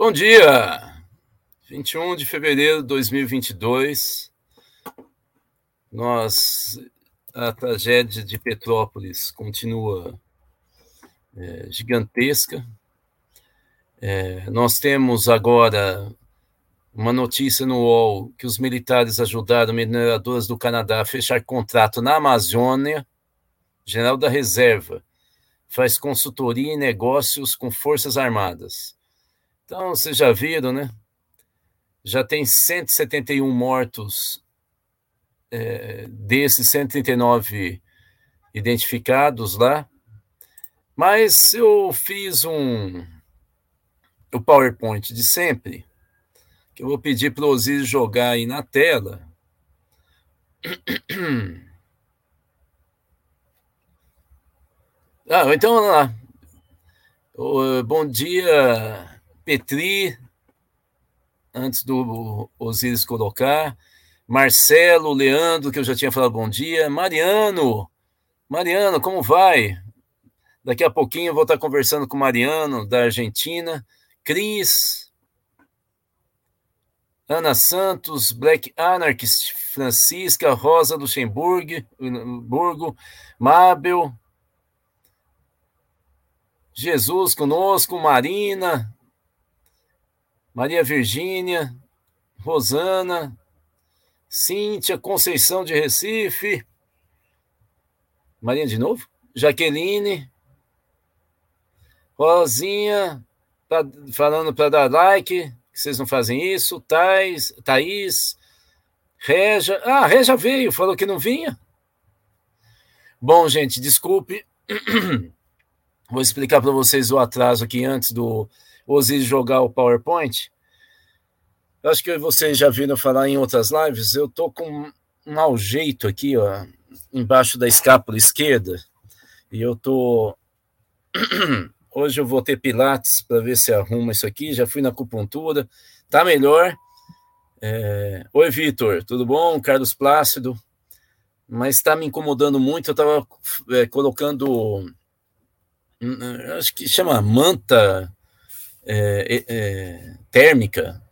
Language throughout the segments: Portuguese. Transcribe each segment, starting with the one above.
Bom dia! 21 de fevereiro de 2022. A tragédia de Petrópolis continua gigantesca. Nós temos agora uma notícia no UOL que os militares ajudaram mineradoras do Canadá a fechar contrato na Amazônia. General da Reserva faz consultoria em negócios com Forças Armadas. Então, vocês já viram, né? Já tem 171 mortos, desses 139 identificados lá. Mas eu fiz o PowerPoint de sempre, que eu vou pedir para o Osiris jogar aí na tela. Então vamos lá. Bom dia, Petri, antes do Osiris colocar. Marcelo, Leandro, que eu já tinha falado bom dia. Mariano, como vai? Daqui a pouquinho eu vou estar conversando com o Mariano, da Argentina. Cris, Ana Santos, Black Anarchist, Francisca, Rosa Luxemburgo, Mabel, Jesus conosco, Marina, Maria Virgínia, Rosana, Cíntia, Conceição de Recife, Maria de novo, Jaqueline, Rosinha, falando para dar like, que vocês não fazem isso, Thaís, Regia, Regia veio, falou que não vinha. Bom, gente, desculpe, vou explicar para vocês o atraso aqui antes do Osiris jogar o PowerPoint. Acho que vocês já viram falar em outras lives, eu tô com um mau jeito aqui, ó, embaixo da escápula esquerda, e eu tô... Hoje eu vou ter pilates para ver se arruma isso aqui, já fui na acupuntura, tá melhor. Oi, Vitor, tudo bom? Carlos Plácido, mas está me incomodando muito, eu estava colocando, acho que chama manta térmica,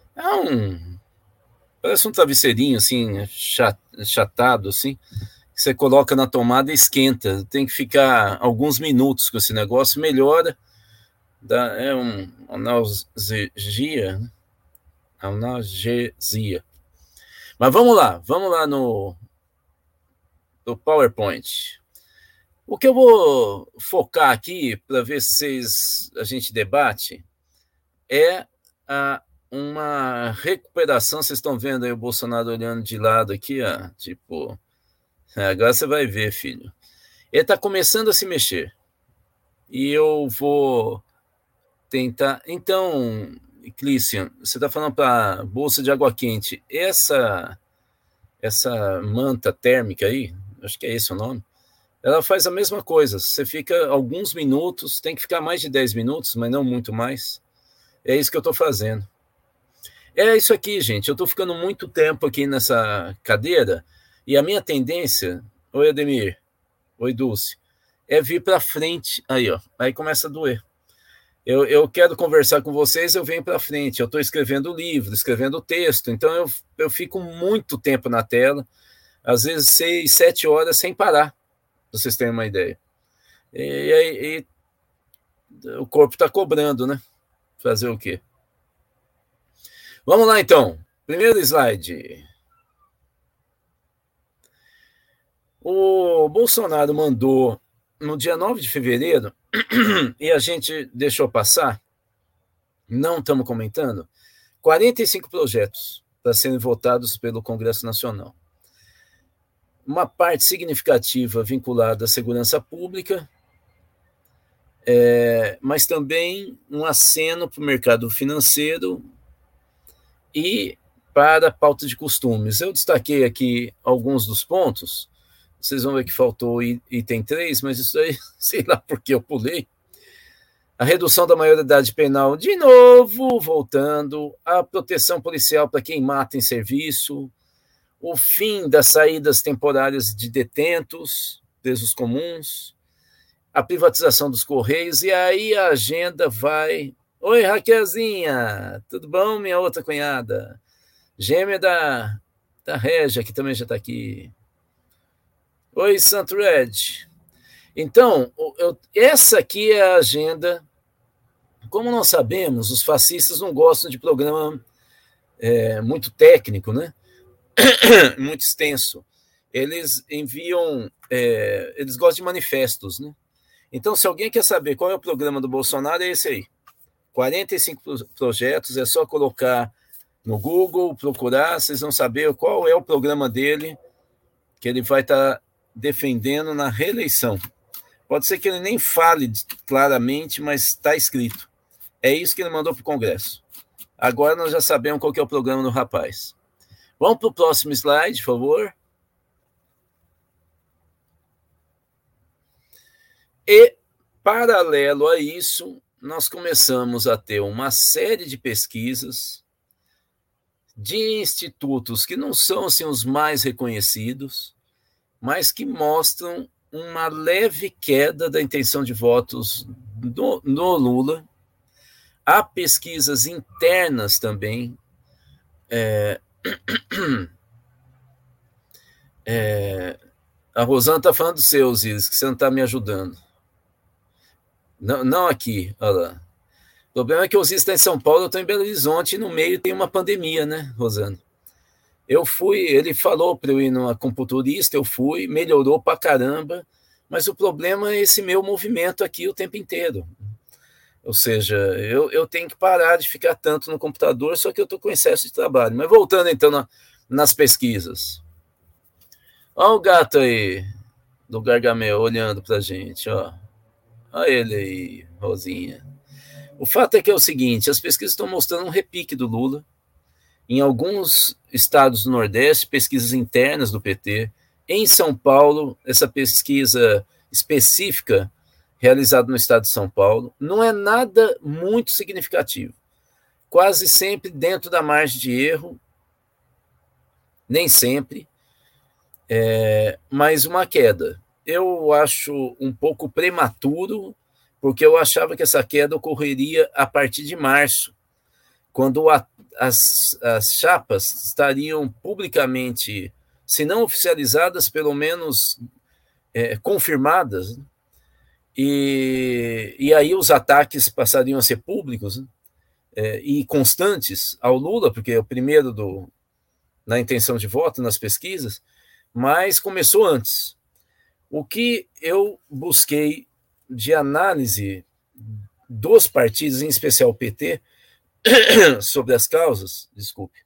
parece um travesseirinho assim, chatado assim, que você coloca na tomada e esquenta, tem que ficar alguns minutos com esse negócio, melhora, é uma analgesia, né? Analgesia. Mas vamos lá no PowerPoint. O que eu vou focar aqui, para ver se a gente debate, é uma recuperação. Vocês estão vendo aí o Bolsonaro olhando de lado aqui, ó, tipo, agora você vai ver, filho. Ele está começando a se mexer. E eu vou tentar... Então, Clícia, você está falando para bolsa de água quente. Essa manta térmica aí, acho que é esse o nome, ela faz a mesma coisa. Você fica alguns minutos, tem que ficar mais de 10 minutos, mas não muito mais. É isso que eu estou fazendo. É isso aqui, gente. Eu estou ficando muito tempo aqui nessa cadeira e a minha tendência, oi Ademir, oi Dulce, é vir para frente. Aí, ó, aí começa a doer. Eu quero conversar com vocês, eu venho para frente. Eu estou escrevendo livro, escrevendo texto, então eu fico muito tempo na tela, às vezes 6, 7 horas sem parar, para vocês terem uma ideia. E o corpo está cobrando, né? Fazer o quê? Vamos lá, então. Primeiro slide. O Bolsonaro mandou, no dia 9 de fevereiro, e a gente deixou passar, não estamos comentando, 45 projetos para serem votados pelo Congresso Nacional. Uma parte significativa vinculada à segurança pública, mas também um aceno para o mercado financeiro e para a pauta de costumes. Eu destaquei aqui alguns dos pontos. Vocês vão ver que faltou o item 3, mas isso aí, sei lá por que eu pulei. A redução da maioridade penal, de novo, voltando. A proteção policial para quem mata em serviço. O fim das saídas temporárias de detentos, presos comuns. A privatização dos Correios. E aí a agenda vai Oi, Raquelzinha, tudo bom, minha outra cunhada? Gêmea da Régia, que também já está aqui. Oi, Santo Red. Então, essa aqui é a agenda. Como nós sabemos, os fascistas não gostam de programa muito técnico, né? Muito extenso. Eles enviam, eles gostam de manifestos, né? Então, se alguém quer saber qual é o programa do Bolsonaro, é esse aí. 45 projetos, é só colocar no Google, procurar, vocês vão saber qual é o programa dele que ele vai estar defendendo na reeleição. Pode ser que ele nem fale claramente, mas está escrito. É isso que ele mandou para o Congresso. Agora nós já sabemos qual que é o programa do rapaz. Vamos para o próximo slide, por favor. E, paralelo a isso, nós começamos a ter uma série de pesquisas de institutos que não são assim, os mais reconhecidos, mas que mostram uma leve queda da intenção de votos no Lula. Há pesquisas internas também. A Rosana está falando dos seus, Iris, que você não está me ajudando. Não aqui, olha lá. O problema é que o Osiris está em São Paulo, eu estou em Belo Horizonte, e no meio tem uma pandemia, né, Rosana? Eu fui, ele falou para eu ir numa acupunturista, eu fui, melhorou pra caramba, mas o problema é esse meu movimento aqui o tempo inteiro. Ou seja, eu tenho que parar de ficar tanto no computador, só que eu estou com excesso de trabalho. Mas voltando então nas pesquisas. Olha o gato aí, do Gargamel, olhando para a gente. Ó. Olha ele aí, Rosinha. O fato é que é o seguinte, as pesquisas estão mostrando um repique do Lula. Em alguns estados do Nordeste, pesquisas internas do PT. Em São Paulo, essa pesquisa específica realizada no estado de São Paulo, não é nada muito significativo. Quase sempre dentro da margem de erro, nem sempre, mas uma queda. Eu acho um pouco prematuro, porque eu achava que essa queda ocorreria a partir de março, quando as chapas estariam publicamente, se não oficializadas, pelo menos confirmadas, e aí os ataques passariam a ser públicos, né, e constantes ao Lula, porque é o primeiro na intenção de voto, nas pesquisas, mas começou antes. O que eu busquei de análise dos partidos, em especial o PT, sobre as causas, desculpe,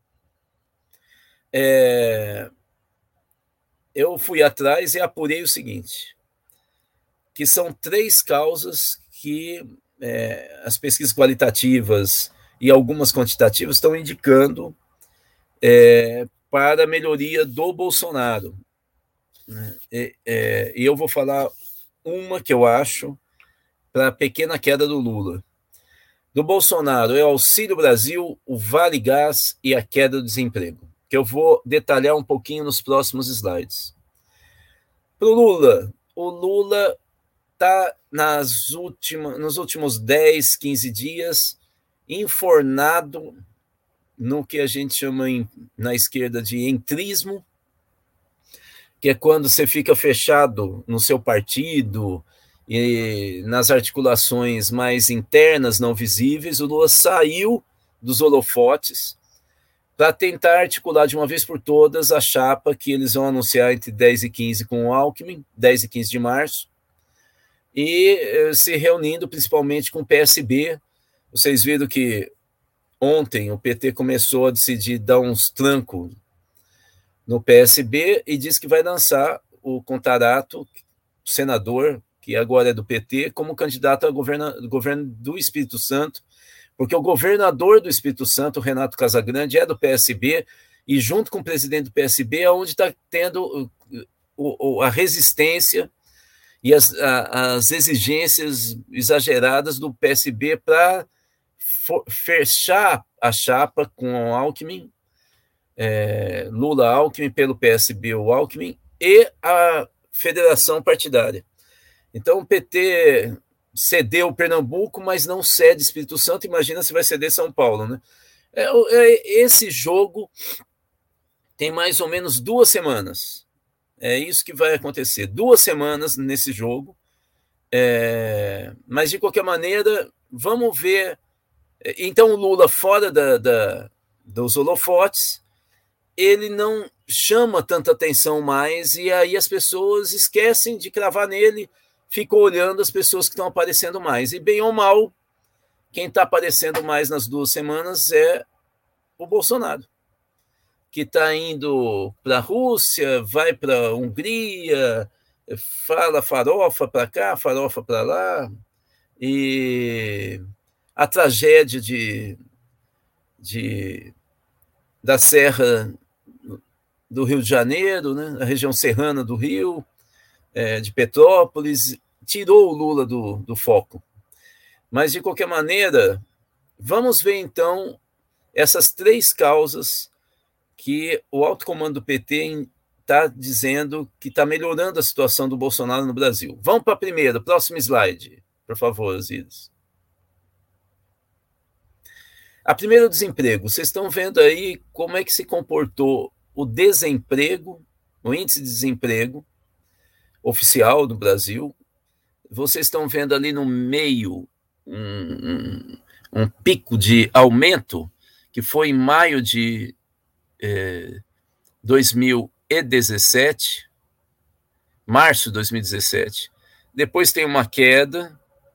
eu fui atrás e apurei o seguinte, que são 3 causas que as pesquisas qualitativas e algumas quantitativas estão indicando para a melhoria do Bolsonaro. E eu vou falar uma que eu acho para a pequena queda do Lula. Do Bolsonaro é o Auxílio Brasil, o Vale Gás e a queda do desemprego, que eu vou detalhar um pouquinho nos próximos slides. Para o Lula está nos últimos 10, 15 dias enfornado no que a gente chama na esquerda de entrismo, que é quando você fica fechado no seu partido e nas articulações mais internas, não visíveis. O Lula saiu dos holofotes para tentar articular de uma vez por todas a chapa que eles vão anunciar entre 10 e 15 com o Alckmin, 10 e 15 de março, e se reunindo principalmente com o PSB. Vocês viram que ontem o PT começou a decidir dar uns trancos no PSB e diz que vai lançar o Contarato, senador, que agora é do PT, como candidato ao governo do Espírito Santo, porque o governador do Espírito Santo, Renato Casagrande, é do PSB, e junto com o presidente do PSB é onde está tendo a resistência e as exigências exageradas do PSB para fechar a chapa com o Alckmin, Lula-Alckmin, pelo PSB o Alckmin, e a federação partidária. Então o PT cedeu Pernambuco, mas não cede Espírito Santo. Imagina se vai ceder São Paulo, né? Esse jogo tem mais ou menos 2 semanas. É isso que vai acontecer. 2 semanas nesse jogo. Mas, de qualquer maneira, vamos ver. Então, o Lula, fora dos holofotes, ele não chama tanta atenção mais, e aí as pessoas esquecem de cravar nele, ficam olhando as pessoas que estão aparecendo mais. E, bem ou mal, quem está aparecendo mais nas 2 semanas é o Bolsonaro, que está indo para a Rússia, vai para a Hungria, fala farofa para cá, farofa para lá, e a tragédia da Serra do Rio de Janeiro, né, a região serrana do Rio, de Petrópolis, tirou o Lula do foco. Mas, de qualquer maneira, vamos ver, então, essas 3 causas que o alto comando do PT está dizendo que está melhorando a situação do Bolsonaro no Brasil. Vamos para a primeira, próximo slide, por favor, Osiris. A primeira, o desemprego. Vocês estão vendo aí como é que se comportou o desemprego, o índice de desemprego oficial do Brasil. Vocês estão vendo ali no meio um pico de aumento, que foi em maio de 2017, março de 2017. Depois tem uma queda,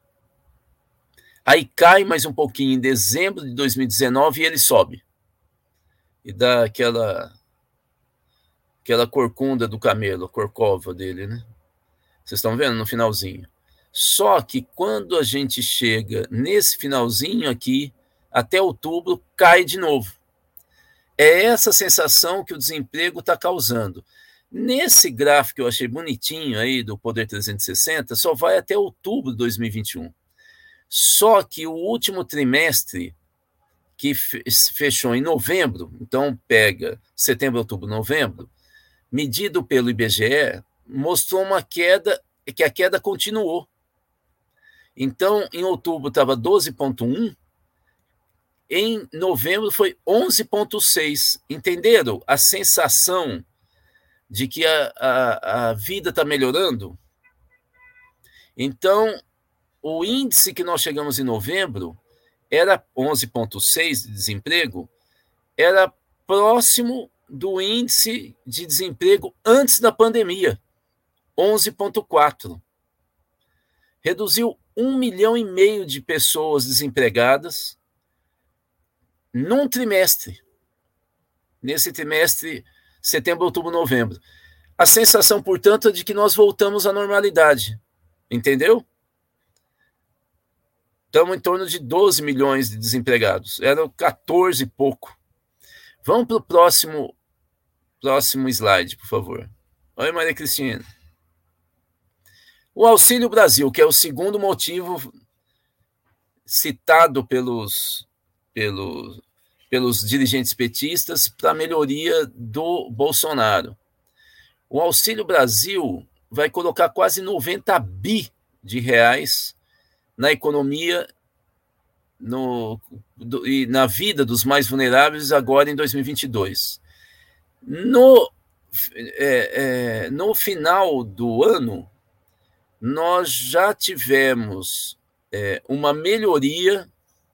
aí cai mais um pouquinho em dezembro de 2019 e ele sobe. E dá aquela corcunda do camelo, a corcova dele, né? Vocês estão vendo no finalzinho. Só que quando a gente chega nesse finalzinho aqui, até outubro, cai de novo. É essa sensação que o desemprego está causando. Nesse gráfico que eu achei bonitinho aí do Poder 360, só vai até outubro de 2021. Só que o último trimestre, que fechou em novembro, então pega setembro, outubro, novembro, medido pelo IBGE, mostrou uma queda, que a queda continuou. Então, em outubro estava 12,1, em novembro foi 11,6. Entenderam a sensação de que a vida está melhorando? Então, o índice que nós chegamos em novembro era 11,6 de desemprego, era próximo do índice de desemprego antes da pandemia, 11,4. Reduziu 1,5 milhão de pessoas desempregadas num trimestre. Nesse trimestre, setembro, outubro, novembro. A sensação, portanto, é de que nós voltamos à normalidade. Entendeu? Estamos em torno de 12 milhões de desempregados. Eram 14 e pouco. Vamos para o próximo slide, por favor. Oi, Maria Cristina. O Auxílio Brasil, que é o segundo motivo citado pelos dirigentes petistas para a melhoria do Bolsonaro. O Auxílio Brasil vai colocar quase 90 bi de reais na economia e na vida dos mais vulneráveis agora em 2022. No final do ano, nós já tivemos uma melhoria,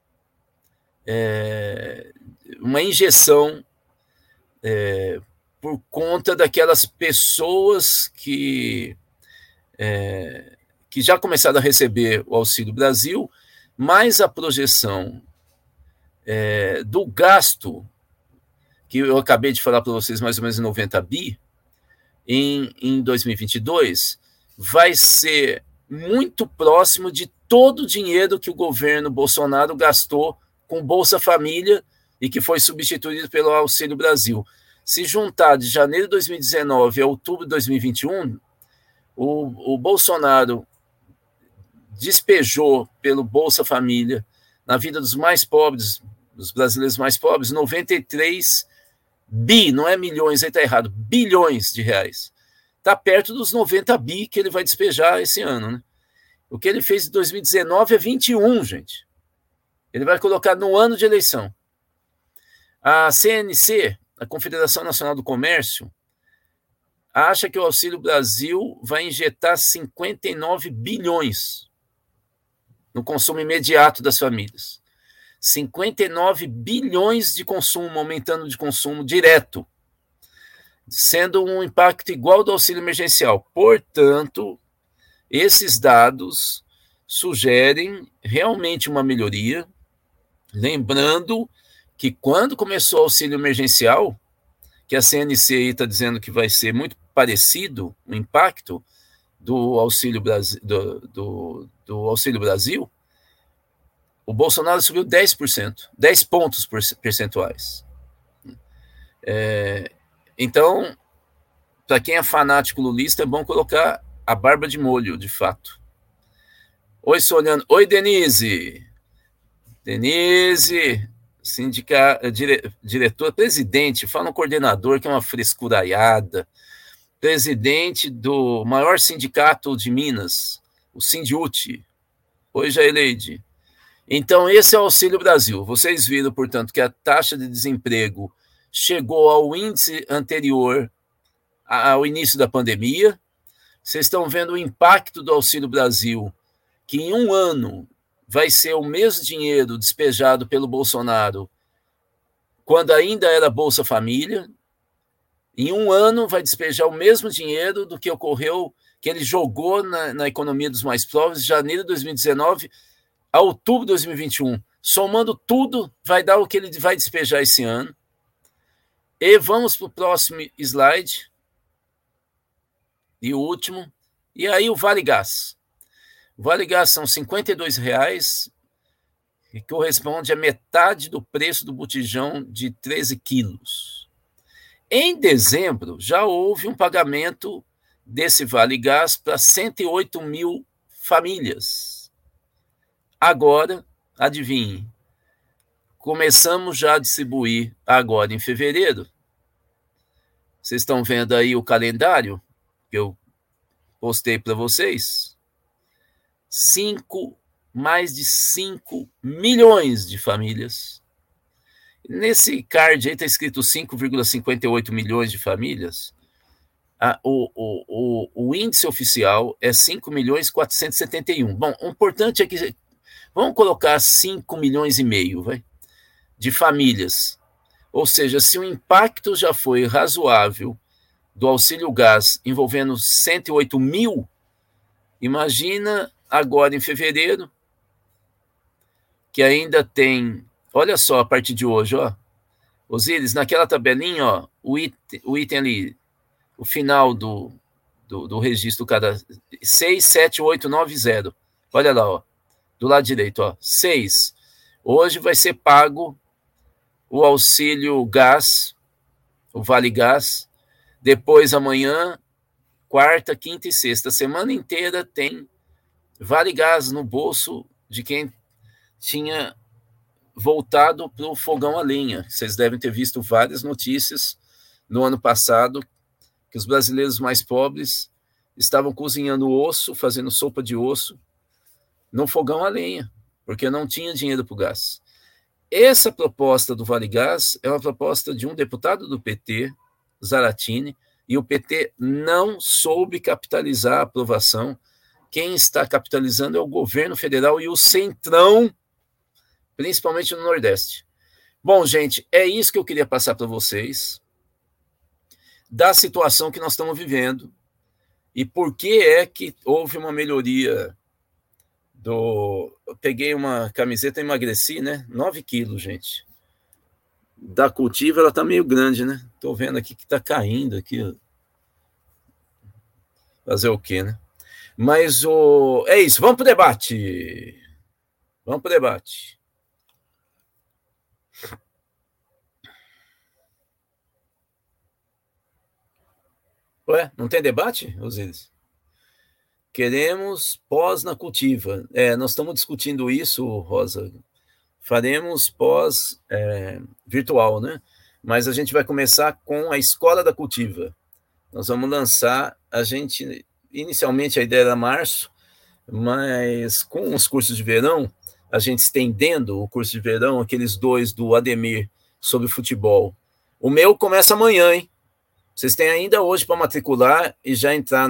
uma injeção por conta daquelas pessoas que já começaram a receber o Auxílio Brasil, mais a projeção do gasto, que eu acabei de falar para vocês, mais ou menos 90 bi, em 2022, vai ser muito próximo de todo o dinheiro que o governo Bolsonaro gastou com Bolsa Família e que foi substituído pelo Auxílio Brasil. Se juntar de janeiro de 2019 a outubro de 2021, o Bolsonaro despejou pelo Bolsa Família, na vida dos mais pobres, dos brasileiros mais pobres, 93 bi, não é milhões, aí está errado, bilhões de reais. Está perto dos 90 bi que ele vai despejar esse ano, né? O que ele fez em 2019 é 21, gente. Ele vai colocar no ano de eleição. A CNC, a Confederação Nacional do Comércio, acha que o Auxílio Brasil vai injetar 59 bilhões no consumo imediato das famílias. 59 bilhões de consumo, aumentando de consumo direto, sendo um impacto igual ao do auxílio emergencial. Portanto, esses dados sugerem realmente uma melhoria, lembrando que quando começou o auxílio emergencial, que a CNC está dizendo que vai ser muito parecido o impacto do Auxílio Brasil, do Auxílio Brasil, o Bolsonaro subiu 10%, 10 pontos percentuais. Então, para quem é fanático lulista, é bom colocar a barba de molho, de fato. Oi, Soliano. Oi, Denise. Denise, diretor, presidente, fala um coordenador que é uma frescuraiada, presidente do maior sindicato de Minas, o Sindiute. Oi, Jaileide. Então, esse é o Auxílio Brasil. Vocês viram, portanto, que a taxa de desemprego chegou ao índice anterior ao início da pandemia. Vocês estão vendo o impacto do Auxílio Brasil, que em um ano vai ser o mesmo dinheiro despejado pelo Bolsonaro quando ainda era Bolsa Família. Em um ano vai despejar o mesmo dinheiro do que ocorreu, que ele jogou na economia dos mais pobres de janeiro de 2019 a outubro de 2021. Somando tudo, vai dar o que ele vai despejar esse ano. E vamos para o próximo slide. E o último. E aí o Vale Gás. O Vale Gás são R$ 52, que corresponde a metade do preço do botijão de 13 quilos. Em dezembro, já houve um pagamento desse Vale Gás para 108 mil famílias. Agora, adivinhe, começamos já a distribuir agora em fevereiro. Vocês estão vendo aí o calendário que eu postei para vocês? Mais de 5 milhões de famílias. Nesse card aí está escrito 5,58 milhões de famílias. O índice oficial é 5.471. Bom, o importante é que vamos colocar 5 milhões e meio, de famílias. Ou seja, se o impacto já foi razoável do auxílio gás envolvendo 108 mil, imagina agora em fevereiro, que ainda tem, olha só a partir de hoje, ó, Osíris, naquela tabelinha, ó, o item ali, o final do registro cada 67890. Olha lá, ó, do lado direito, ó, 6. Hoje vai ser pago o auxílio gás, o Vale Gás. Depois, amanhã, quarta, quinta e sexta, a semana inteira tem Vale Gás no bolso de quem tinha voltado para o fogão a lenha. Vocês devem ter visto várias notícias no ano passado que os brasileiros mais pobres estavam cozinhando osso, fazendo sopa de osso no fogão a lenha, porque não tinha dinheiro para o gás. Essa proposta do Vale Gás é uma proposta de um deputado do PT, Zaratini, e o PT não soube capitalizar a aprovação. Quem está capitalizando é o governo federal e o Centrão, principalmente no Nordeste. Bom, gente, é isso que eu queria passar para vocês, da situação que nós estamos vivendo e por que é que houve uma melhoria do... Eu peguei uma camiseta e emagreci, né? 9 quilos, gente. Da Cultiva, ela tá meio grande, né? Tô vendo aqui que tá caindo aqui. Fazer o quê, né? Mas é isso, vamos pro debate. Vamos pro debate. Ué, não tem debate, Osíris? Queremos pós na Cultiva. Nós estamos discutindo isso, Rosa. Faremos pós virtual, né? Mas a gente vai começar com a Escola da Cultiva. Nós vamos lançar, inicialmente a ideia era março, mas com os cursos de verão, a gente estendendo o curso de verão, aqueles 2 do Ademir sobre futebol. O meu começa amanhã, hein? Vocês têm ainda hoje para matricular e já entrar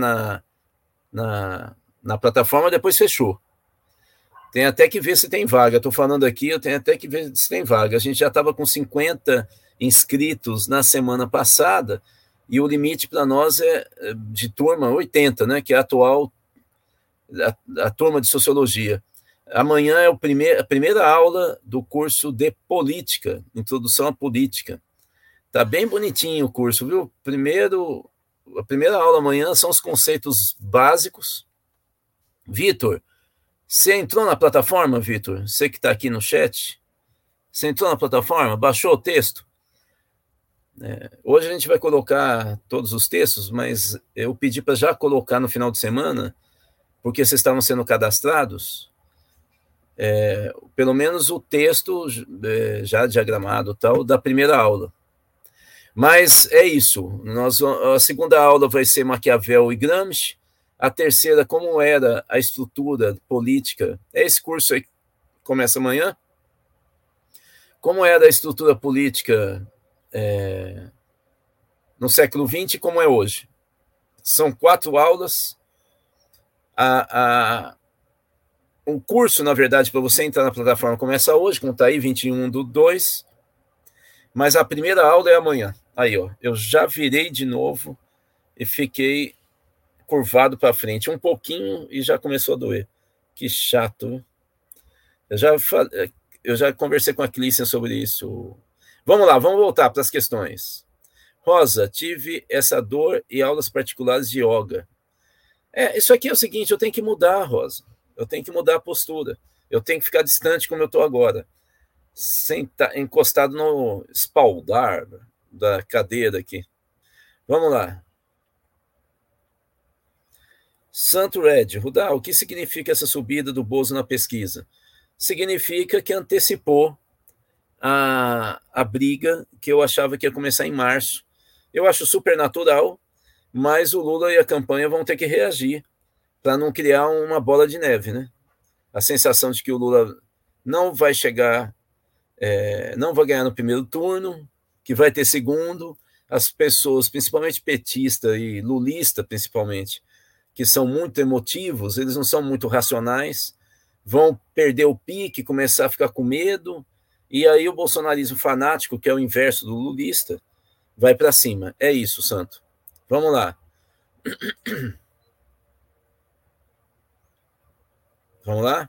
na plataforma, depois fechou. Tem até que ver se tem vaga. Estou falando aqui, eu tenho até que ver se tem vaga. A gente já estava com 50 inscritos na semana passada, e o limite para nós é de turma 80, né, que é a atual a turma de sociologia. Amanhã é a primeira aula do curso de política, introdução à política. Tá bem bonitinho o curso, viu? A primeira aula amanhã são os conceitos básicos. Vitor, você entrou na plataforma, Vitor? Você que está aqui no chat? Você entrou na plataforma? Baixou o texto? Hoje a gente vai colocar todos os textos, mas eu pedi para já colocar no final de semana, porque vocês estavam sendo cadastrados, pelo menos o texto já diagramado tal, da primeira aula. Mas é isso. A segunda aula vai ser Maquiavel e Gramsci. A terceira, como era a estrutura política. Esse curso aí começa amanhã. Como era a estrutura política no século XX e como é hoje. São 4 aulas. O curso, na verdade, para você entrar na plataforma, começa hoje, como está aí, 21/2. Mas a primeira aula é amanhã. Aí, ó, eu já virei de novo e fiquei curvado para frente um pouquinho e já começou a doer. Que chato. Eu já conversei com a Clícia sobre isso. Vamos lá, vamos voltar para as questões. Rosa, tive essa dor e aulas particulares de yoga. Isso aqui é o seguinte, eu tenho que mudar, Rosa. Eu tenho que mudar a postura. Eu tenho que ficar distante como eu estou agora. Encostado no espaldar da cadeira aqui. Vamos lá. Santo Red, Rudá, o que significa essa subida do Bozo na pesquisa? Significa que antecipou a briga que eu achava que ia começar em março. Eu acho super natural, mas o Lula e a campanha vão ter que reagir para não criar uma bola de neve, né? A sensação de que o Lula não vai chegar, não vai ganhar no primeiro turno, que vai ter segundo. As pessoas, principalmente petista e lulista, principalmente, que são muito emotivos, eles não são muito racionais, vão perder o pique, começar a ficar com medo, e aí o bolsonarismo fanático, que é o inverso do lulista, vai para cima. É isso, Santo. Vamos lá. Vamos lá?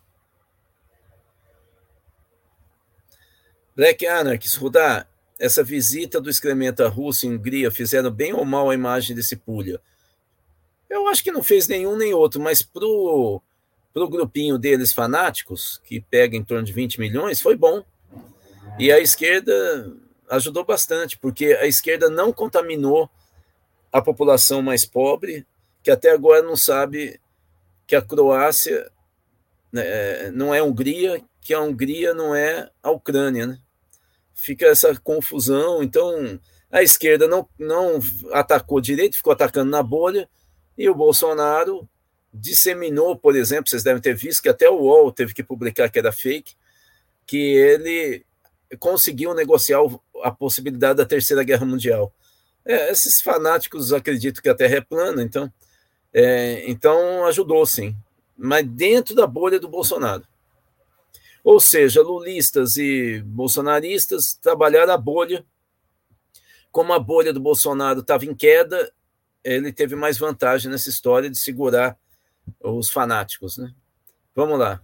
Black Anarchist, Rudá, essa visita do excremento à Rússia e Hungria fizeram bem ou mal a imagem desse Pulha? Eu acho que não fez nenhum nem outro, mas pro grupinho deles fanáticos, que pega em torno de 20 milhões, foi bom. E a esquerda ajudou bastante, porque a esquerda não contaminou a população mais pobre, que até agora não sabe que a Croácia não é Hungria, que a Hungria não é a Ucrânia, né? Fica essa confusão. Então, a esquerda não atacou direito, ficou atacando na bolha, e o Bolsonaro disseminou, por exemplo, vocês devem ter visto que até o UOL teve que publicar que era fake, que ele conseguiu negociar a possibilidade da Terceira Guerra Mundial. Esses fanáticos acreditam que a Terra é plana, então ajudou sim, mas dentro da bolha do Bolsonaro. Ou seja, lulistas e bolsonaristas trabalharam a bolha. Como a bolha do Bolsonaro estava em queda, ele teve mais vantagem nessa história de segurar os fanáticos, né? Vamos lá.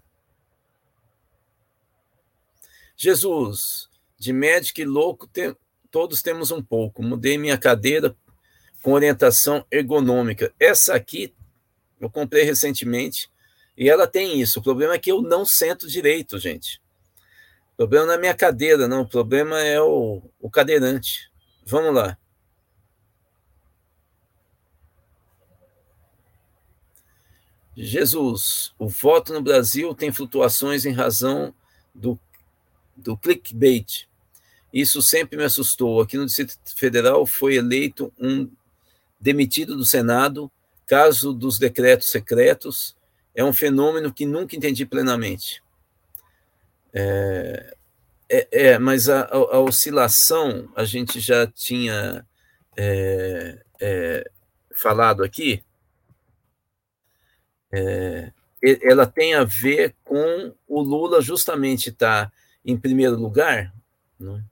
Jesus, de médico e louco, todos temos um pouco. Mudei minha cadeira com orientação ergonômica. Essa aqui eu comprei recentemente e ela tem isso. O problema é que eu não sento direito, gente. O problema não é minha cadeira, não. O problema é o cadeirante. Vamos lá. Jesus, o voto no Brasil tem flutuações em razão do clickbait. Isso sempre me assustou. Aqui no Distrito Federal foi eleito um demitido do Senado, caso dos decretos secretos, é um fenômeno que nunca entendi plenamente. Mas a oscilação, a gente já tinha falado aqui, ela tem a ver com o Lula justamente estar em primeiro lugar, né?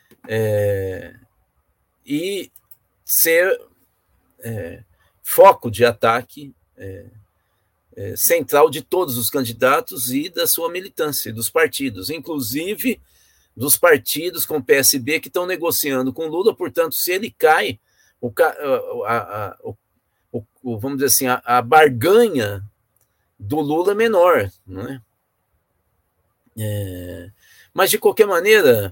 E ser foco de ataque central de todos os candidatos e da sua militância, dos partidos, inclusive dos partidos com o PSB que estão negociando com Lula. Portanto, se ele cai, vamos dizer assim, a barganha do Lula é menor, não é? Mas, de qualquer maneira,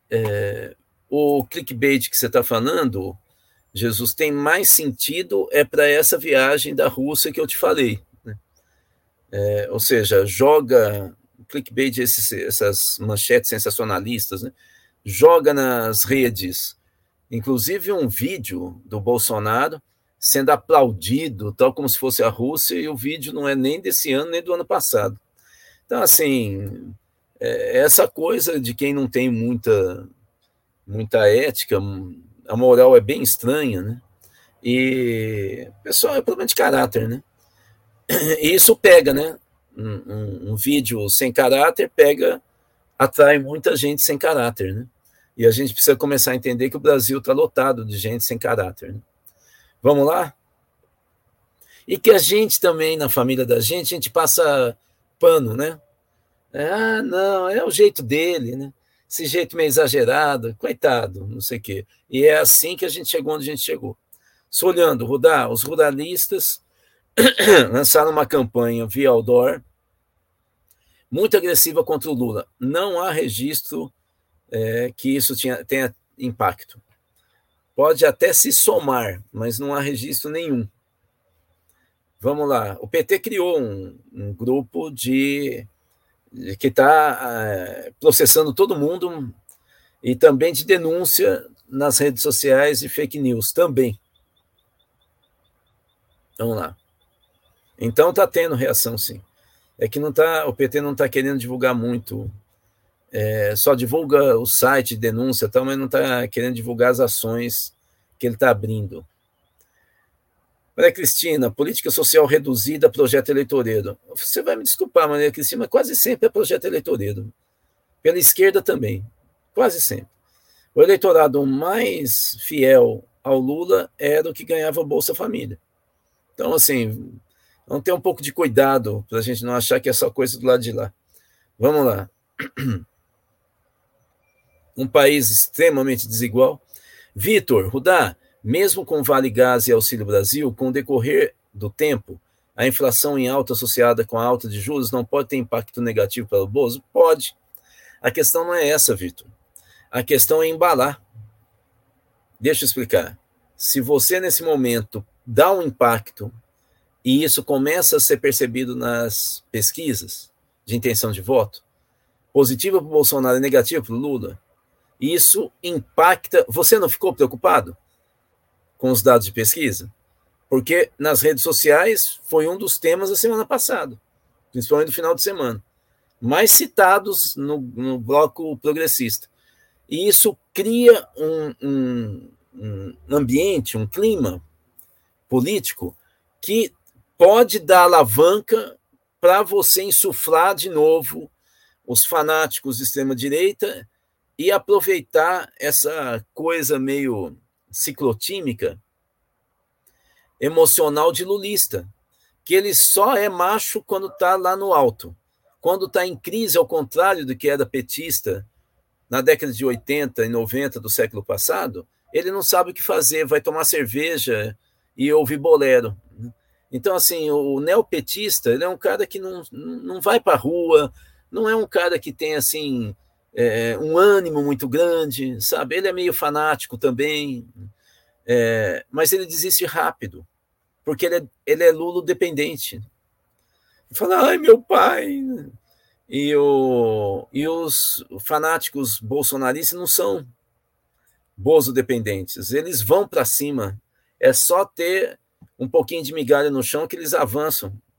o clickbait que você está falando, Jesus, tem mais sentido para essa viagem da Rússia que eu te falei, né? Ou seja, joga clickbait, essas manchetes sensacionalistas, né? Joga nas redes, inclusive um vídeo do Bolsonaro sendo aplaudido, tal como se fosse a Rússia, e o vídeo não é nem desse ano, nem do ano passado. Então, assim, essa coisa de quem não tem muita ética, a moral é bem estranha, né? E o pessoal é problema de caráter, né? E isso pega, né? Um vídeo sem caráter atrai muita gente sem caráter, né? E a gente precisa começar a entender que o Brasil está lotado de gente sem caráter, né? Vamos lá? E que a gente também, na família da gente, a gente passa pano, né? Não, é o jeito dele, né? Esse jeito meio exagerado, coitado, não sei o quê. E é assim que a gente chegou onde a gente chegou. Só olhando, Rudá, os ruralistas lançaram uma campanha via outdoor muito agressiva contra o Lula. Não há registro que isso tenha impacto. Pode até se somar, mas não há registro nenhum. Vamos lá. O PT criou um grupo que está processando todo mundo e também de denúncia nas redes sociais e fake news também. Vamos lá. Então está tendo reação, sim. É que o PT não está querendo divulgar muito. Só divulga o site, denúncia, tal, mas não está querendo divulgar as ações que ele está abrindo. Maria Cristina, política social reduzida, projeto eleitoreiro. Você vai me desculpar, Maria Cristina, mas quase sempre é projeto eleitoreiro. Pela esquerda também, quase sempre. O eleitorado mais fiel ao Lula era o que ganhava o Bolsa Família. Então, assim, vamos ter um pouco de cuidado para a gente não achar que é só coisa do lado de lá. Vamos lá. Um país extremamente desigual. Vitor, Rudá, mesmo com Vale Gás e Auxílio Brasil, com o decorrer do tempo, a inflação em alta associada com a alta de juros não pode ter impacto negativo para o bolso? Pode. A questão não é essa, Vitor. A questão é embalar. Deixa eu explicar. Se você, nesse momento, dá um impacto e isso começa a ser percebido nas pesquisas de intenção de voto, positiva para o Bolsonaro e negativa para o Lula, isso impacta. Você não ficou preocupado com os dados de pesquisa? Porque nas redes sociais foi um dos temas da semana passada, principalmente no final de semana, mais citados no bloco progressista. E isso cria um ambiente, um clima político que pode dar alavanca para você insuflar de novo os fanáticos de extrema-direita e aproveitar essa coisa meio ciclotímica, emocional de lulista, que ele só é macho quando está lá no alto. Quando está em crise, ao contrário do que era petista na década de 80 e 90 do século passado, ele não sabe o que fazer, vai tomar cerveja e ouvir bolero. Então, assim, o neopetista, ele é um cara que não vai para a rua, não é um cara que tem, assim, um ânimo muito grande, sabe? Ele é meio fanático também, mas ele desiste rápido, porque ele é Lula dependente. Fala, ai, meu pai. E os fanáticos bolsonaristas não são Bozo dependentes, eles vão para cima. É só ter um pouquinho de migalha no chão que eles avançam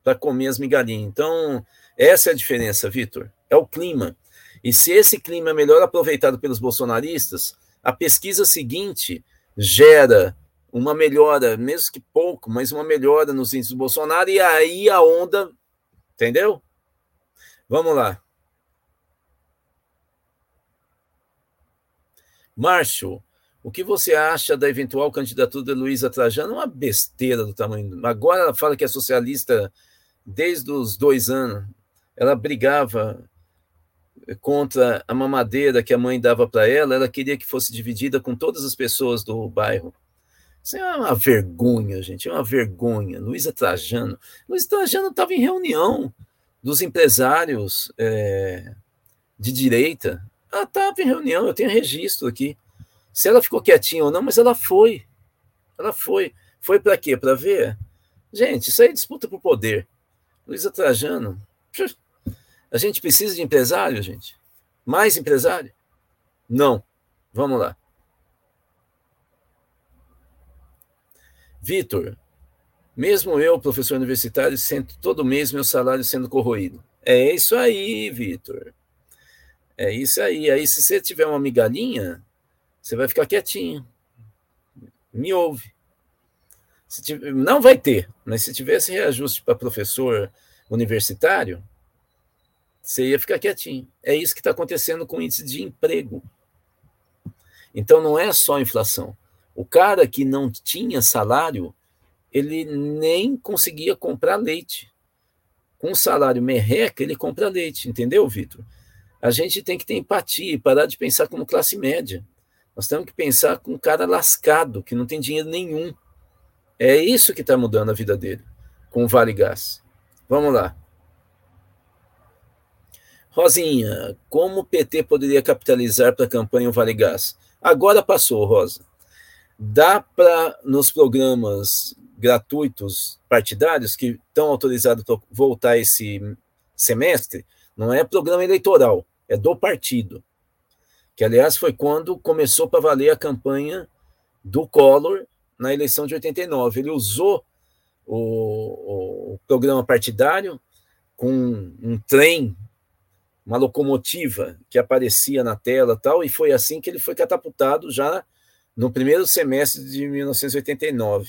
para comer as migalhinhas. Então, essa é a diferença, Vitor. É o clima. E se esse clima é melhor aproveitado pelos bolsonaristas, a pesquisa seguinte gera uma melhora, mesmo que pouco, mas uma melhora nos índices do Bolsonaro, e aí a onda, entendeu? Vamos lá. Márcio, o que você acha da eventual candidatura de Luísa Trajano? Uma besteira do tamanho. Agora ela fala que é socialista desde os 2 anos. Ela brigava contra a mamadeira que a mãe dava para ela. Ela queria que fosse dividida com todas as pessoas do bairro. Isso é uma vergonha, gente. É uma vergonha. Luísa Trajano estava em reunião dos empresários de direita. Ela estava em reunião, eu tenho registro aqui. Se ela ficou quietinha ou não, mas ela foi. Ela foi. Foi para quê? Para ver? Gente, isso aí é disputa por poder. Luísa Trajano. A gente precisa de empresário, gente? Mais empresário? Não. Vamos lá. Vitor, mesmo eu, professor universitário, sinto todo mês meu salário sendo corroído. É isso aí, Vitor. É isso aí. Aí, se você tiver uma migalhinha, você vai ficar quietinho. Me ouve. Não vai ter, mas se tivesse reajuste para professor universitário, você ia ficar quietinho. É isso que está acontecendo com o índice de emprego. Então, não é só inflação. O cara que não tinha salário, ele nem conseguia comprar leite. Com um salário merreca, ele compra leite. Entendeu, Vitor? A gente tem que ter empatia e parar de pensar como classe média. Nós temos que pensar com um cara lascado, que não tem dinheiro nenhum. É isso que está mudando a vida dele, com o Vale Gás. Vamos lá. Rosinha, como o PT poderia capitalizar para a campanha o Vale Gás? Agora passou, Rosa. Dá para, nos programas gratuitos partidários, que estão autorizados para voltar esse semestre, não é programa eleitoral, é do partido. Que, aliás, foi quando começou para valer a campanha do Collor na eleição de 89. Ele usou o programa partidário com um trem, uma locomotiva que aparecia na tela tal, e foi assim que ele foi catapultado já no primeiro semestre de 1989.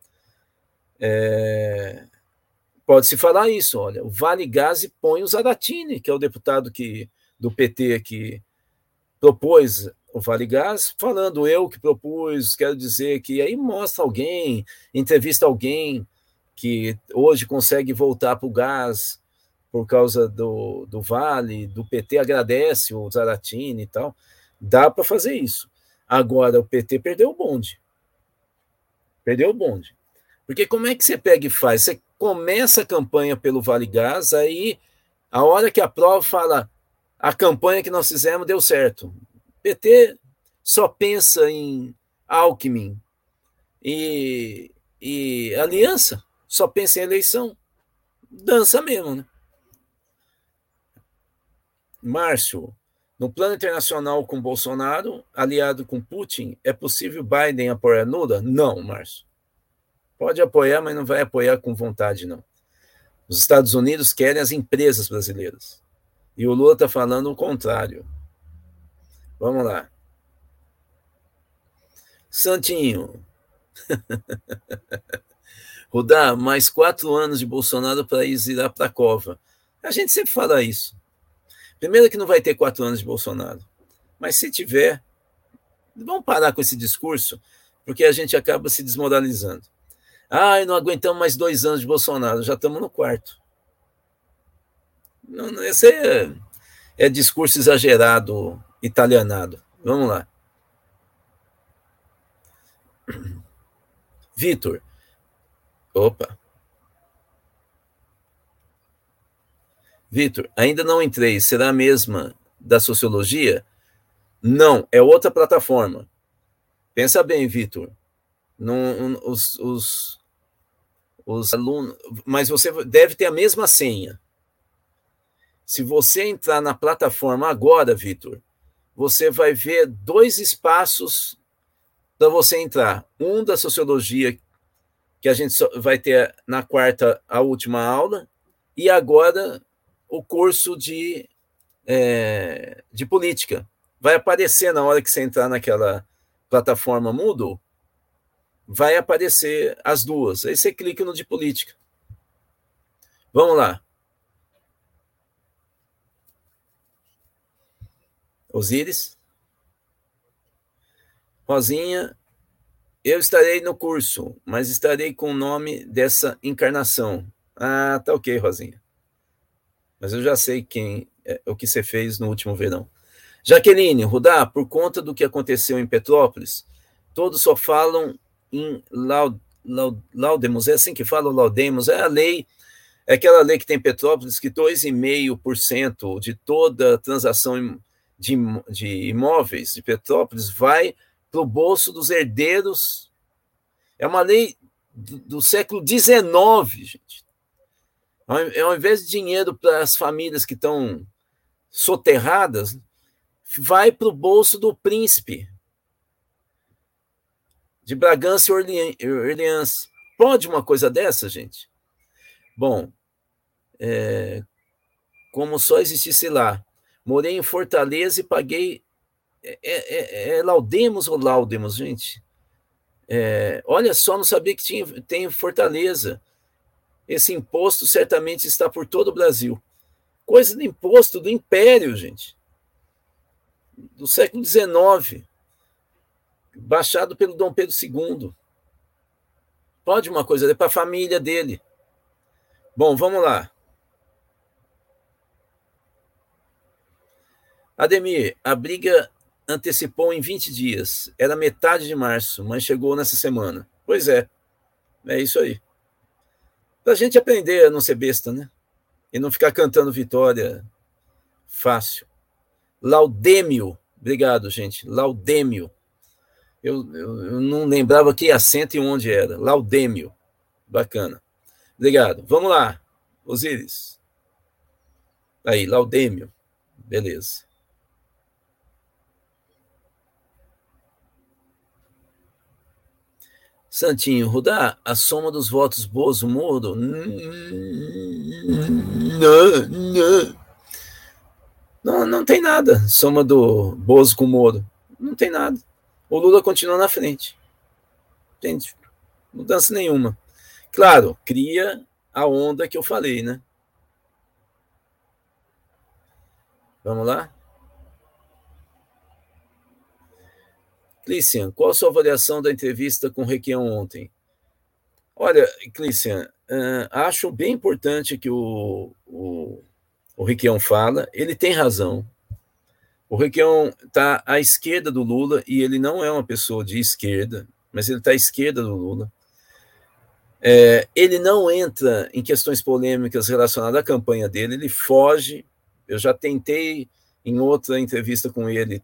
Pode-se falar isso, olha, o Vale Gás põe o Zaratini, que é o deputado do PT que propôs o Vale Gás, falando eu que propus, quero dizer que aí mostra alguém, entrevista alguém que hoje consegue voltar para o gás por causa do Vale, do PT, agradece o Zaratini e tal. Dá para fazer isso. Agora, o PT perdeu o bonde. Perdeu o bonde. Porque como é que você pega e faz? Você começa a campanha pelo Vale Gás, aí a hora que aprova fala a campanha que nós fizemos deu certo. O PT só pensa em Alckmin e aliança, só pensa em eleição. Dança mesmo, né? Márcio, no plano internacional com Bolsonaro, aliado com Putin, é possível Biden apoiar Lula? Não, Márcio. Pode apoiar, mas não vai apoiar com vontade, não. Os Estados Unidos querem as empresas brasileiras. E o Lula está falando o contrário. Vamos lá. Santinho. Rudá, mais 4 anos de Bolsonaro para ir para a cova. A gente sempre fala isso. Primeiro que não vai ter 4 anos de Bolsonaro. Mas se tiver, vamos parar com esse discurso, porque a gente acaba se desmoralizando. Não aguentamos mais 2 anos de Bolsonaro, já estamos no 4º. Não, esse é discurso exagerado, italianado. Vamos lá. Vitor. Opa. Vitor, ainda não entrei. Será a mesma da sociologia? Não, é outra plataforma. Pensa bem, Vitor. Os alunos, mas você deve ter a mesma senha. Se você entrar na plataforma agora, Vitor, você vai ver 2 espaços para você entrar. Um da sociologia, que a gente vai ter na quarta a última aula, e agora o curso de política. Vai aparecer na hora que você entrar naquela plataforma Moodle, vai aparecer as duas. Aí você clica no de política. Vamos lá. Osíris. Rosinha, eu estarei no curso, mas estarei com o nome dessa encarnação. Ah, tá ok, Rosinha. Mas eu já sei o que você fez no último verão. Jaqueline, Rudá, por conta do que aconteceu em Petrópolis, todos só falam em Laudemos, é assim que fala, Laudemos, é a lei, é aquela lei que tem em Petrópolis, que 2,5% de toda transação de imóveis de Petrópolis vai para o bolso dos herdeiros. É uma lei do século XIX, gente. Ao invés de dinheiro para as famílias que estão soterradas, vai para o bolso do príncipe de Bragança e Orleans. Pode uma coisa dessa, gente? Bom, como só existisse lá. Morei em Fortaleza e paguei... Laudemos ou Laudemos, gente? Olha só, não sabia que tem Fortaleza. Esse imposto certamente está por todo o Brasil. Coisa do imposto do Império, gente. Do século XIX. Baixado pelo Dom Pedro II. Pode uma coisa, é para a família dele. Bom, vamos lá. Ademir, a briga antecipou em 20 dias. Era metade de março, mas chegou nessa semana. Pois é isso aí. Pra gente aprender a não ser besta, né? E não ficar cantando vitória fácil. Laudêmio. Obrigado, gente. Laudêmio. Eu não lembrava que acento e onde era. Laudêmio. Bacana. Obrigado. Vamos lá, Osíris. Aí, Laudêmio. Beleza. Santinho, Rudá, a soma dos votos Bozo Moro? Não tem nada. Soma do Bozo com Moro. Não tem nada. O Lula continua na frente. Não tem mudança nenhuma. Claro, cria a onda que eu falei, né? Vamos lá? Clícian, qual a sua avaliação da entrevista com o Requião ontem? Olha, Clícian, acho bem importante que o Requião fala. Ele tem razão. O Requião está à esquerda do Lula e ele não é uma pessoa de esquerda, mas ele está à esquerda do Lula. Ele não entra em questões polêmicas relacionadas à campanha dele, ele foge. Eu já tentei, em outra entrevista com ele,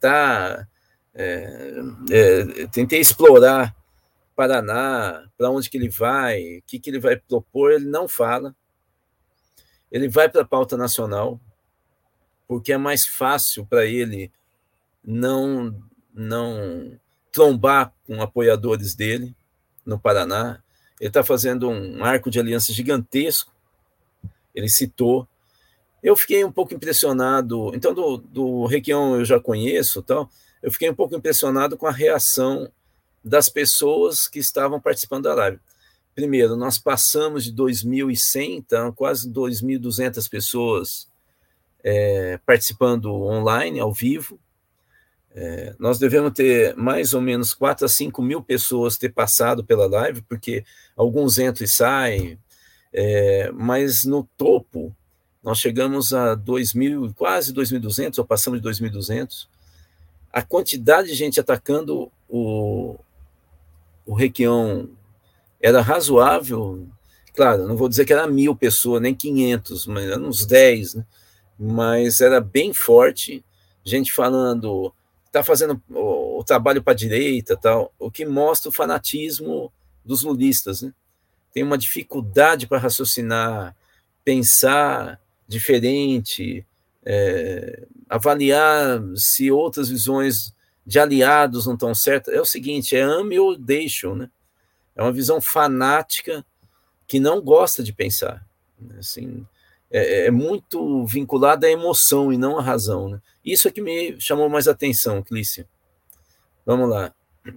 tentei explorar Paraná, para onde que ele vai, o que ele vai propor, ele não fala. Ele vai para a pauta nacional, porque é mais fácil para ele não trombar com apoiadores dele no Paraná. Ele está fazendo um arco de aliança gigantesco, ele citou. Eu fiquei um pouco impressionado, então do Requião eu já conheço, tal. Eu fiquei um pouco impressionado com a reação das pessoas que estavam participando da live. Primeiro, nós passamos de 2.100, então, quase 2.200 pessoas participando online, ao vivo. Nós devemos ter mais ou menos 4 a 5 mil pessoas ter passado pela live, porque alguns entram e saem, mas no topo nós chegamos a 2.000, quase 2.200, ou passamos de 2.200. A quantidade de gente atacando o Requião era razoável. Claro, não vou dizer que era 1.000 pessoas, nem 500, mas eram uns 10, né? Mas era bem forte, gente falando, está fazendo o trabalho para a direita, tal, o que mostra o fanatismo dos lulistas, né? Tem uma dificuldade para raciocinar, pensar diferente, avaliar se outras visões de aliados não estão certas. É o seguinte, ame ou deixam, né? É uma visão fanática que não gosta de pensar. Assim, é muito vinculada à emoção e não à razão. Né? Isso é que me chamou mais atenção, Clícia. Vamos lá.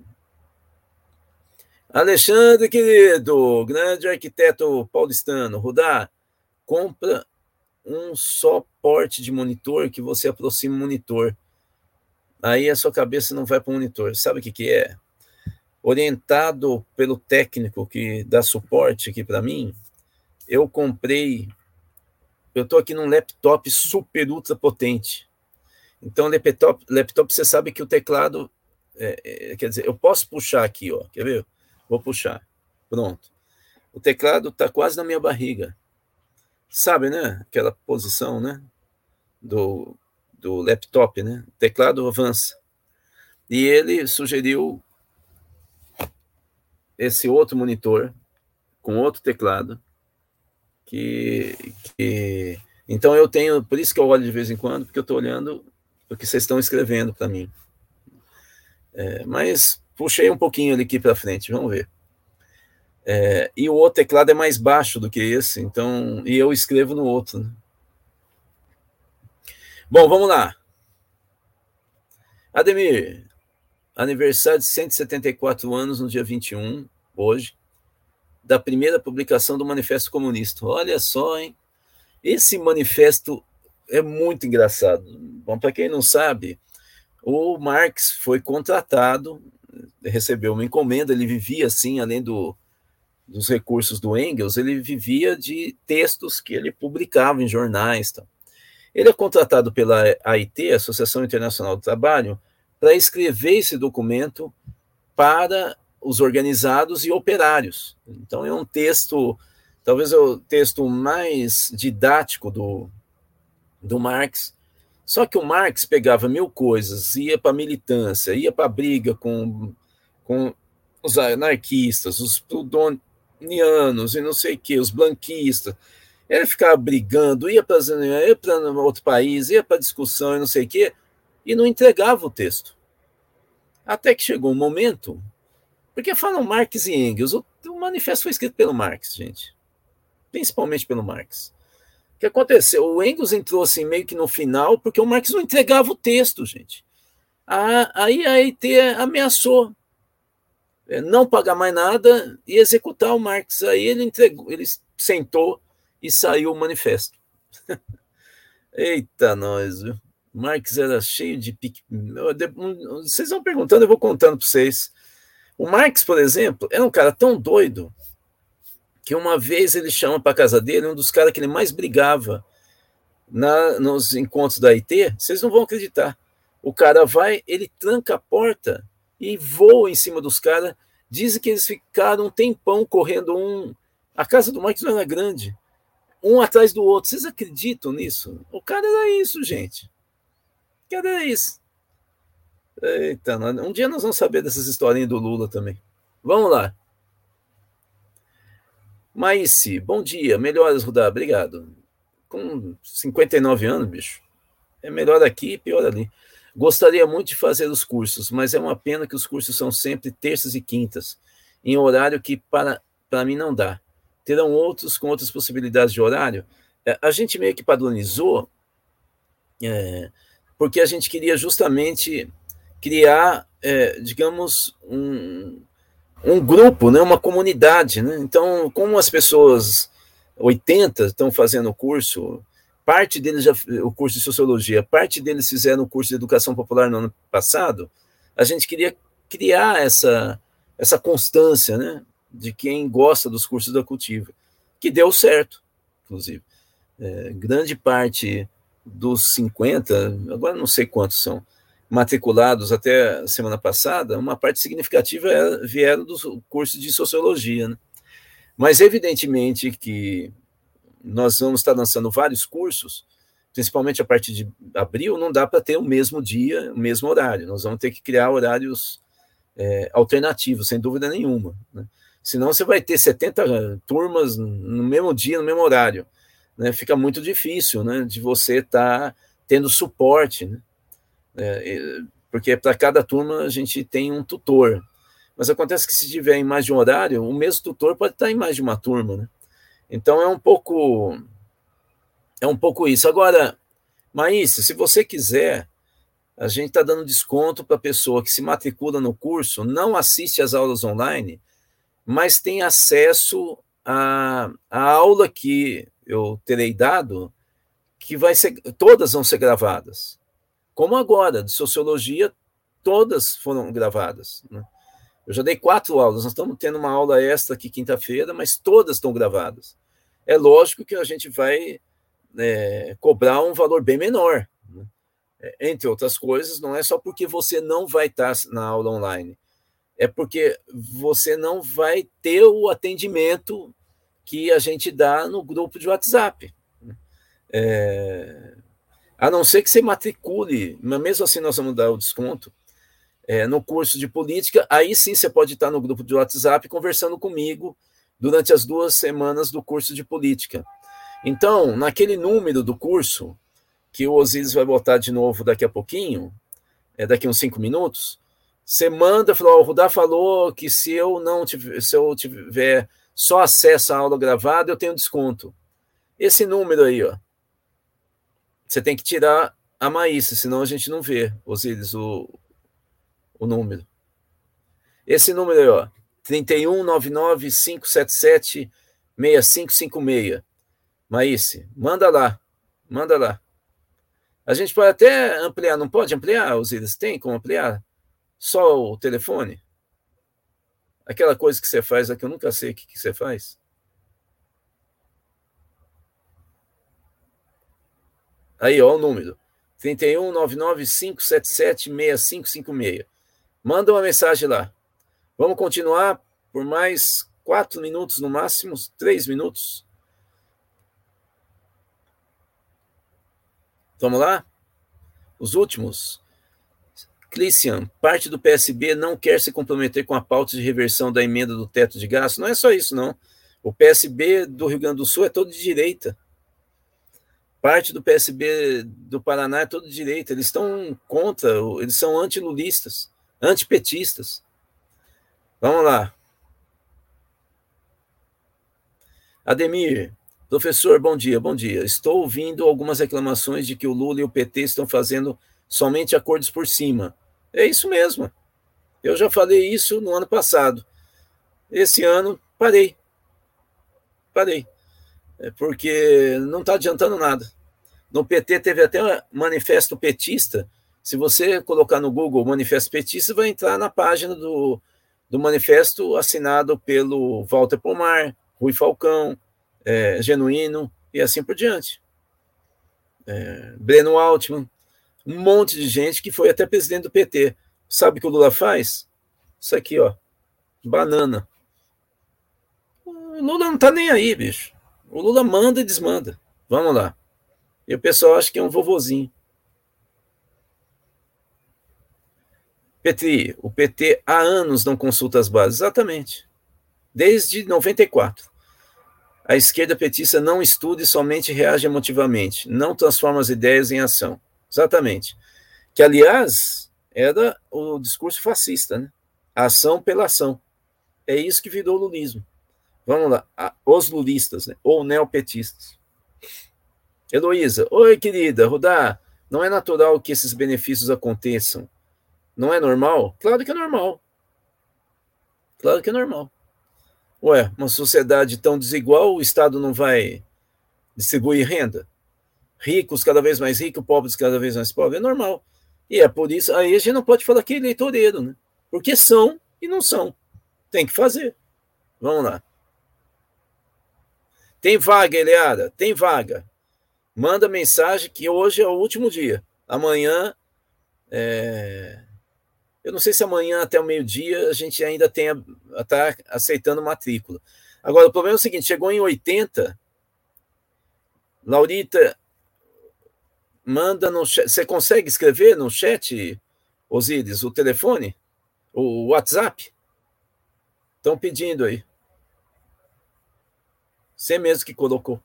Alexandre, querido, grande arquiteto paulistano, Rudá, compra um só porte de monitor que você aproxima o monitor. Aí a sua cabeça não vai para o monitor. Sabe o que é? Orientado pelo técnico que dá suporte aqui para mim, eu estou aqui num laptop super ultra potente. Então, laptop você sabe que o teclado, quer dizer, eu posso puxar aqui, ó, quer ver? Vou puxar, pronto. O teclado está quase na minha barriga. Sabe, né? Aquela posição, né? Do laptop, né? O teclado avança. E ele sugeriu esse outro monitor com outro teclado então eu tenho, por isso que eu olho de vez em quando, porque eu estou olhando o que vocês estão escrevendo para mim. Mas puxei um pouquinho ali aqui para frente, vamos ver. E o outro teclado é mais baixo do que esse, então, e eu escrevo no outro. Né? Bom, vamos lá. Ademir, aniversário de 174 anos no dia 21, hoje, da primeira publicação do Manifesto Comunista. Olha só, hein? Esse manifesto é muito engraçado. Bom, para quem não sabe, o Marx foi contratado, recebeu uma encomenda, ele vivia assim, além dos recursos do Engels, ele vivia de textos que ele publicava em jornais. Tal. Ele é contratado pela AIT, Associação Internacional do Trabalho, para escrever esse documento para os organizados e operários. Então é um texto, talvez é o texto mais didático do Marx. Só que o Marx pegava 1000 coisas, ia para a militância, ia para a briga com os anarquistas, os proudhonianos e não sei o que, os blanquistas. Ele ficava brigando, ia para outro país, ia para discussão e não sei o que, e não entregava o texto. Até que chegou um momento, porque falam Marx e Engels, o manifesto foi escrito pelo Marx, gente, principalmente pelo Marx. O que aconteceu? O Engels entrou assim meio que no final, porque o Marx não entregava o texto, gente. Aí a EIT ameaçou não pagar mais nada e executar o Marx. Aí ele sentou e saiu o manifesto. Eita, nós, viu? Marx era cheio de pique. Vocês vão perguntando, eu vou contando para vocês. O Marx, por exemplo, era um cara tão doido que uma vez ele chama para casa dele um dos caras que ele mais brigava nos encontros da IT. Vocês não vão acreditar. O cara vai, ele tranca a porta e voa em cima dos caras. Dizem que eles ficaram um tempão correndo A casa do Marx não era grande. Um atrás do outro. Vocês acreditam nisso? O cara era isso, gente. O cara era isso. Eita, um dia nós vamos saber dessas historinhas do Lula também. Vamos lá. Maíce, bom dia. Melhoras, Rudá. Obrigado. Com 59 anos, bicho. É melhor aqui e pior ali. Gostaria muito de fazer os cursos, mas é uma pena que os cursos são sempre terças e quintas, em horário que para mim não dá. Terão outros com outras possibilidades de horário? A gente meio que padronizou, porque a gente queria justamente criar, digamos, um grupo, né, uma comunidade. Né? Então, como as pessoas, 80 estão fazendo o curso, parte deles o curso de Sociologia, parte deles fizeram o curso de Educação Popular no ano passado, a gente queria criar essa constância, né, de quem gosta dos cursos da Cultiva, que deu certo, inclusive. Grande parte dos 50, agora não sei quantos são, matriculados até a semana passada, uma parte significativa vieram do curso de Sociologia. Né? Mas, evidentemente, que nós vamos estar lançando vários cursos, principalmente a partir de abril, não dá para ter o mesmo dia, o mesmo horário. Nós vamos ter que criar horários alternativos, sem dúvida nenhuma. Né? Senão você vai ter 70 turmas no mesmo dia, no mesmo horário. Né? Fica muito difícil, né, de você estar tendo suporte, né? Porque para cada turma a gente tem um tutor. Mas acontece que se tiver em mais de um horário, o mesmo tutor pode estar em mais de uma turma, né? Então é um pouco isso. Agora, Maísa, se você quiser, a gente está dando desconto para a pessoa que se matricula no curso, não assiste às aulas online, mas tem acesso à aula que eu terei dado, que todas vão ser gravadas. Como agora, de sociologia, todas foram gravadas, né? Eu já dei 4 aulas, nós estamos tendo uma aula extra aqui quinta-feira, mas todas estão gravadas. É lógico que a gente vai cobrar um valor bem menor, né? Entre outras coisas, não é só porque você não vai estar na aula online, é porque você não vai ter o atendimento que a gente dá no grupo de WhatsApp. A não ser que você matricule, mas mesmo assim nós vamos dar o desconto, no curso de política, aí sim você pode estar no grupo de WhatsApp conversando comigo durante as 2 semanas do curso de política. Então, naquele número do curso, que o Osíris vai botar de novo daqui a pouquinho, daqui uns 5 minutos, você manda, falou, o Rudá falou que se eu tiver só acesso à aula gravada, eu tenho desconto. Esse número aí, ó, você tem que tirar a Maísa, senão a gente não vê, Osíris, o número. Esse número aí, ó, 3199-577-6556. Maíse, manda lá. A gente pode até ampliar, não pode ampliar, Osíris? Tem como ampliar? Só o telefone? Aquela coisa que você faz, que eu nunca sei o que você faz. Aí, ó, o número. 3199-577-6556. Manda uma mensagem lá. Vamos continuar por mais 4 minutos, no máximo 3 minutos. Vamos lá? Os últimos. Clícian, parte do PSB não quer se comprometer com a pauta de reversão da emenda do teto de gasto. Não é só isso, não. O PSB do Rio Grande do Sul é todo de direita. Parte do PSB do Paraná é todo de direita. Eles estão contra, eles são antilulistas, antipetistas. Vamos lá. Ademir, professor, bom dia. Estou ouvindo algumas reclamações de que o Lula e o PT estão fazendo somente acordos por cima. É isso mesmo. Eu já falei isso no ano passado. Esse ano, parei. Porque não está adiantando nada. No PT teve até um manifesto petista. Se você colocar no Google manifesto petista, vai entrar na página do manifesto assinado pelo Walter Pomar, Rui Falcão, Genuíno e assim por diante. Breno Altman, um monte de gente que foi até presidente do PT. Sabe o que o Lula faz? Isso aqui, ó, banana. O Lula não tá nem aí, bicho. O Lula manda e desmanda. Vamos lá. E o pessoal acha que é um vovozinho. Petri, o PT há anos não consulta as bases. Exatamente. Desde 94. A esquerda petista não estuda e somente reage emotivamente. Não transforma as ideias em ação. Exatamente. Que, aliás, era o discurso fascista, né? A ação pela ação. É isso que virou o lulismo. Vamos lá. Os lulistas, né? Ou neopetistas. Heloísa, oi, querida, Rudá, não é natural que esses benefícios aconteçam? Não é normal? Claro que é normal. Claro que é normal. Ué, uma sociedade tão desigual, o Estado não vai distribuir renda? Ricos cada vez mais ricos, pobres cada vez mais pobres, é normal. E é por isso, aí a gente não pode falar que é eleitoreiro, né? Porque são e não são. Tem que fazer. Vamos lá. Tem vaga, Eliara? Tem vaga. Manda mensagem que hoje é o último dia. Amanhã, eu não sei se amanhã até o meio-dia a gente ainda está aceitando matrícula. Agora, o problema é o seguinte, chegou em 80, Laurita, manda no chat. Você consegue escrever no chat, Osíris, o telefone? O WhatsApp? Estão pedindo aí. Você mesmo que colocou.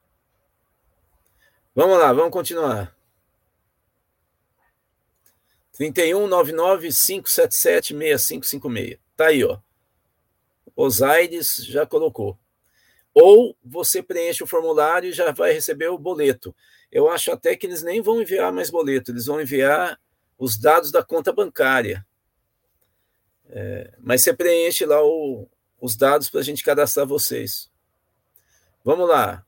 Vamos lá, vamos continuar. 3199-577-6556. Tá aí, ó. Osaides já colocou. Ou você preenche o formulário e já vai receber o boleto. Eu acho até que eles nem vão enviar mais boleto, eles vão enviar os dados da conta bancária. Mas você preenche lá os dados para a gente cadastrar vocês. Vamos lá.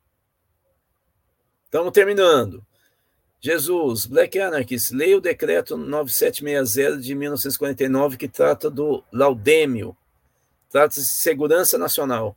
Estamos terminando. Jesus, Black Anarchist, leia o decreto 9760 de 1949 que trata do laudêmio. Trata-se de segurança nacional.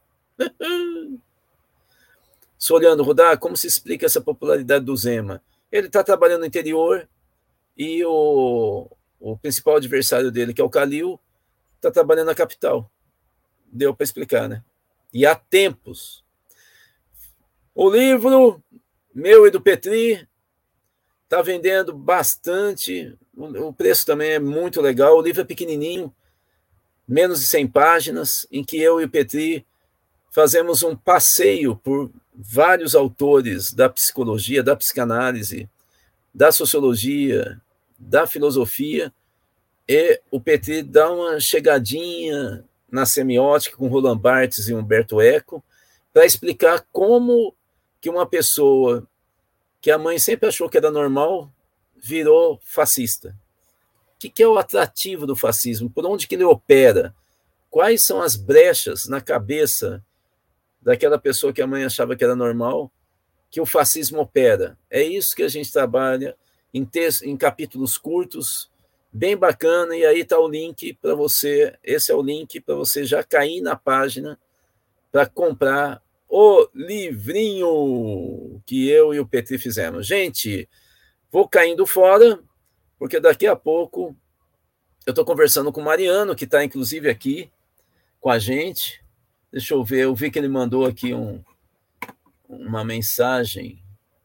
Soliano Rudá, como se explica essa popularidade do Zema? Ele está trabalhando no interior e o principal adversário dele, que é o Calil, está trabalhando na capital. Deu para explicar, né? E há tempos. O livro meu e do Petri está vendendo bastante. O preço também é muito legal. O livro é pequenininho, menos de 100 páginas, em que eu e o Petri fazemos um passeio por vários autores da psicologia, da psicanálise, da sociologia, da filosofia, e o Petri dá uma chegadinha na semiótica com Roland Barthes e Humberto Eco para explicar como que uma pessoa que a mãe sempre achou que era normal virou fascista. O que é o atrativo do fascismo? Por onde que ele opera? Quais são as brechas na cabeça daquela pessoa que a mãe achava que era normal, que o fascismo opera? É isso que a gente trabalha em capítulos curtos, bem bacana, e aí está o link para você, esse é o link para você já cair na página para comprar o livrinho que eu e o Petri fizemos. Gente, vou caindo fora, porque daqui a pouco eu estou conversando com o Mariano, que está inclusive aqui com a gente. Deixa eu ver, eu vi que ele mandou aqui uma mensagem.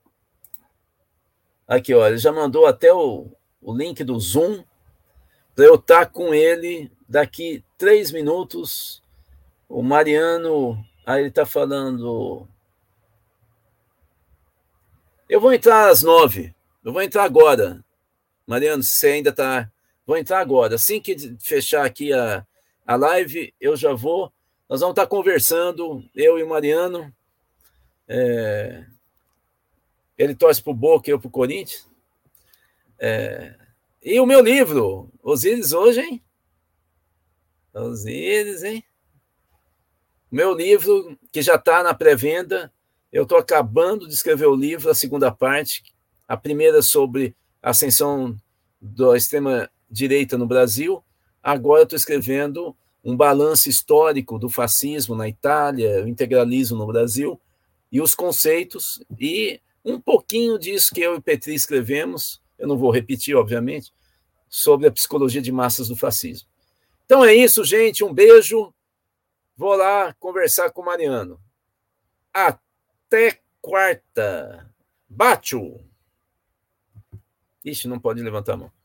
Aqui, olha, ele já mandou até o link do Zoom para eu estar com ele daqui 3 minutos. O Mariano, aí ele está falando... Eu vou entrar às 9, eu vou entrar agora. Mariano, se você ainda está... Vou entrar agora. Assim que fechar aqui a live, eu já vou. Nós vamos estar conversando, eu e o Mariano. Ele torce para o Boca e eu para o Corinthians. E o meu livro, Osíris hoje, hein? Osíris, hein? Meu livro, que já está na pré-venda. Eu estou acabando de escrever o livro, a segunda parte. A primeira sobre a ascensão da extrema-direita no Brasil. Agora estou escrevendo um balanço histórico do fascismo na Itália, o integralismo no Brasil, e os conceitos, e um pouquinho disso que eu e o Petri escrevemos, eu não vou repetir, obviamente, sobre a psicologia de massas do fascismo. Então é isso, gente, um beijo, vou lá conversar com o Mariano. Até quarta. Bacho! Ixi, não pode levantar a mão.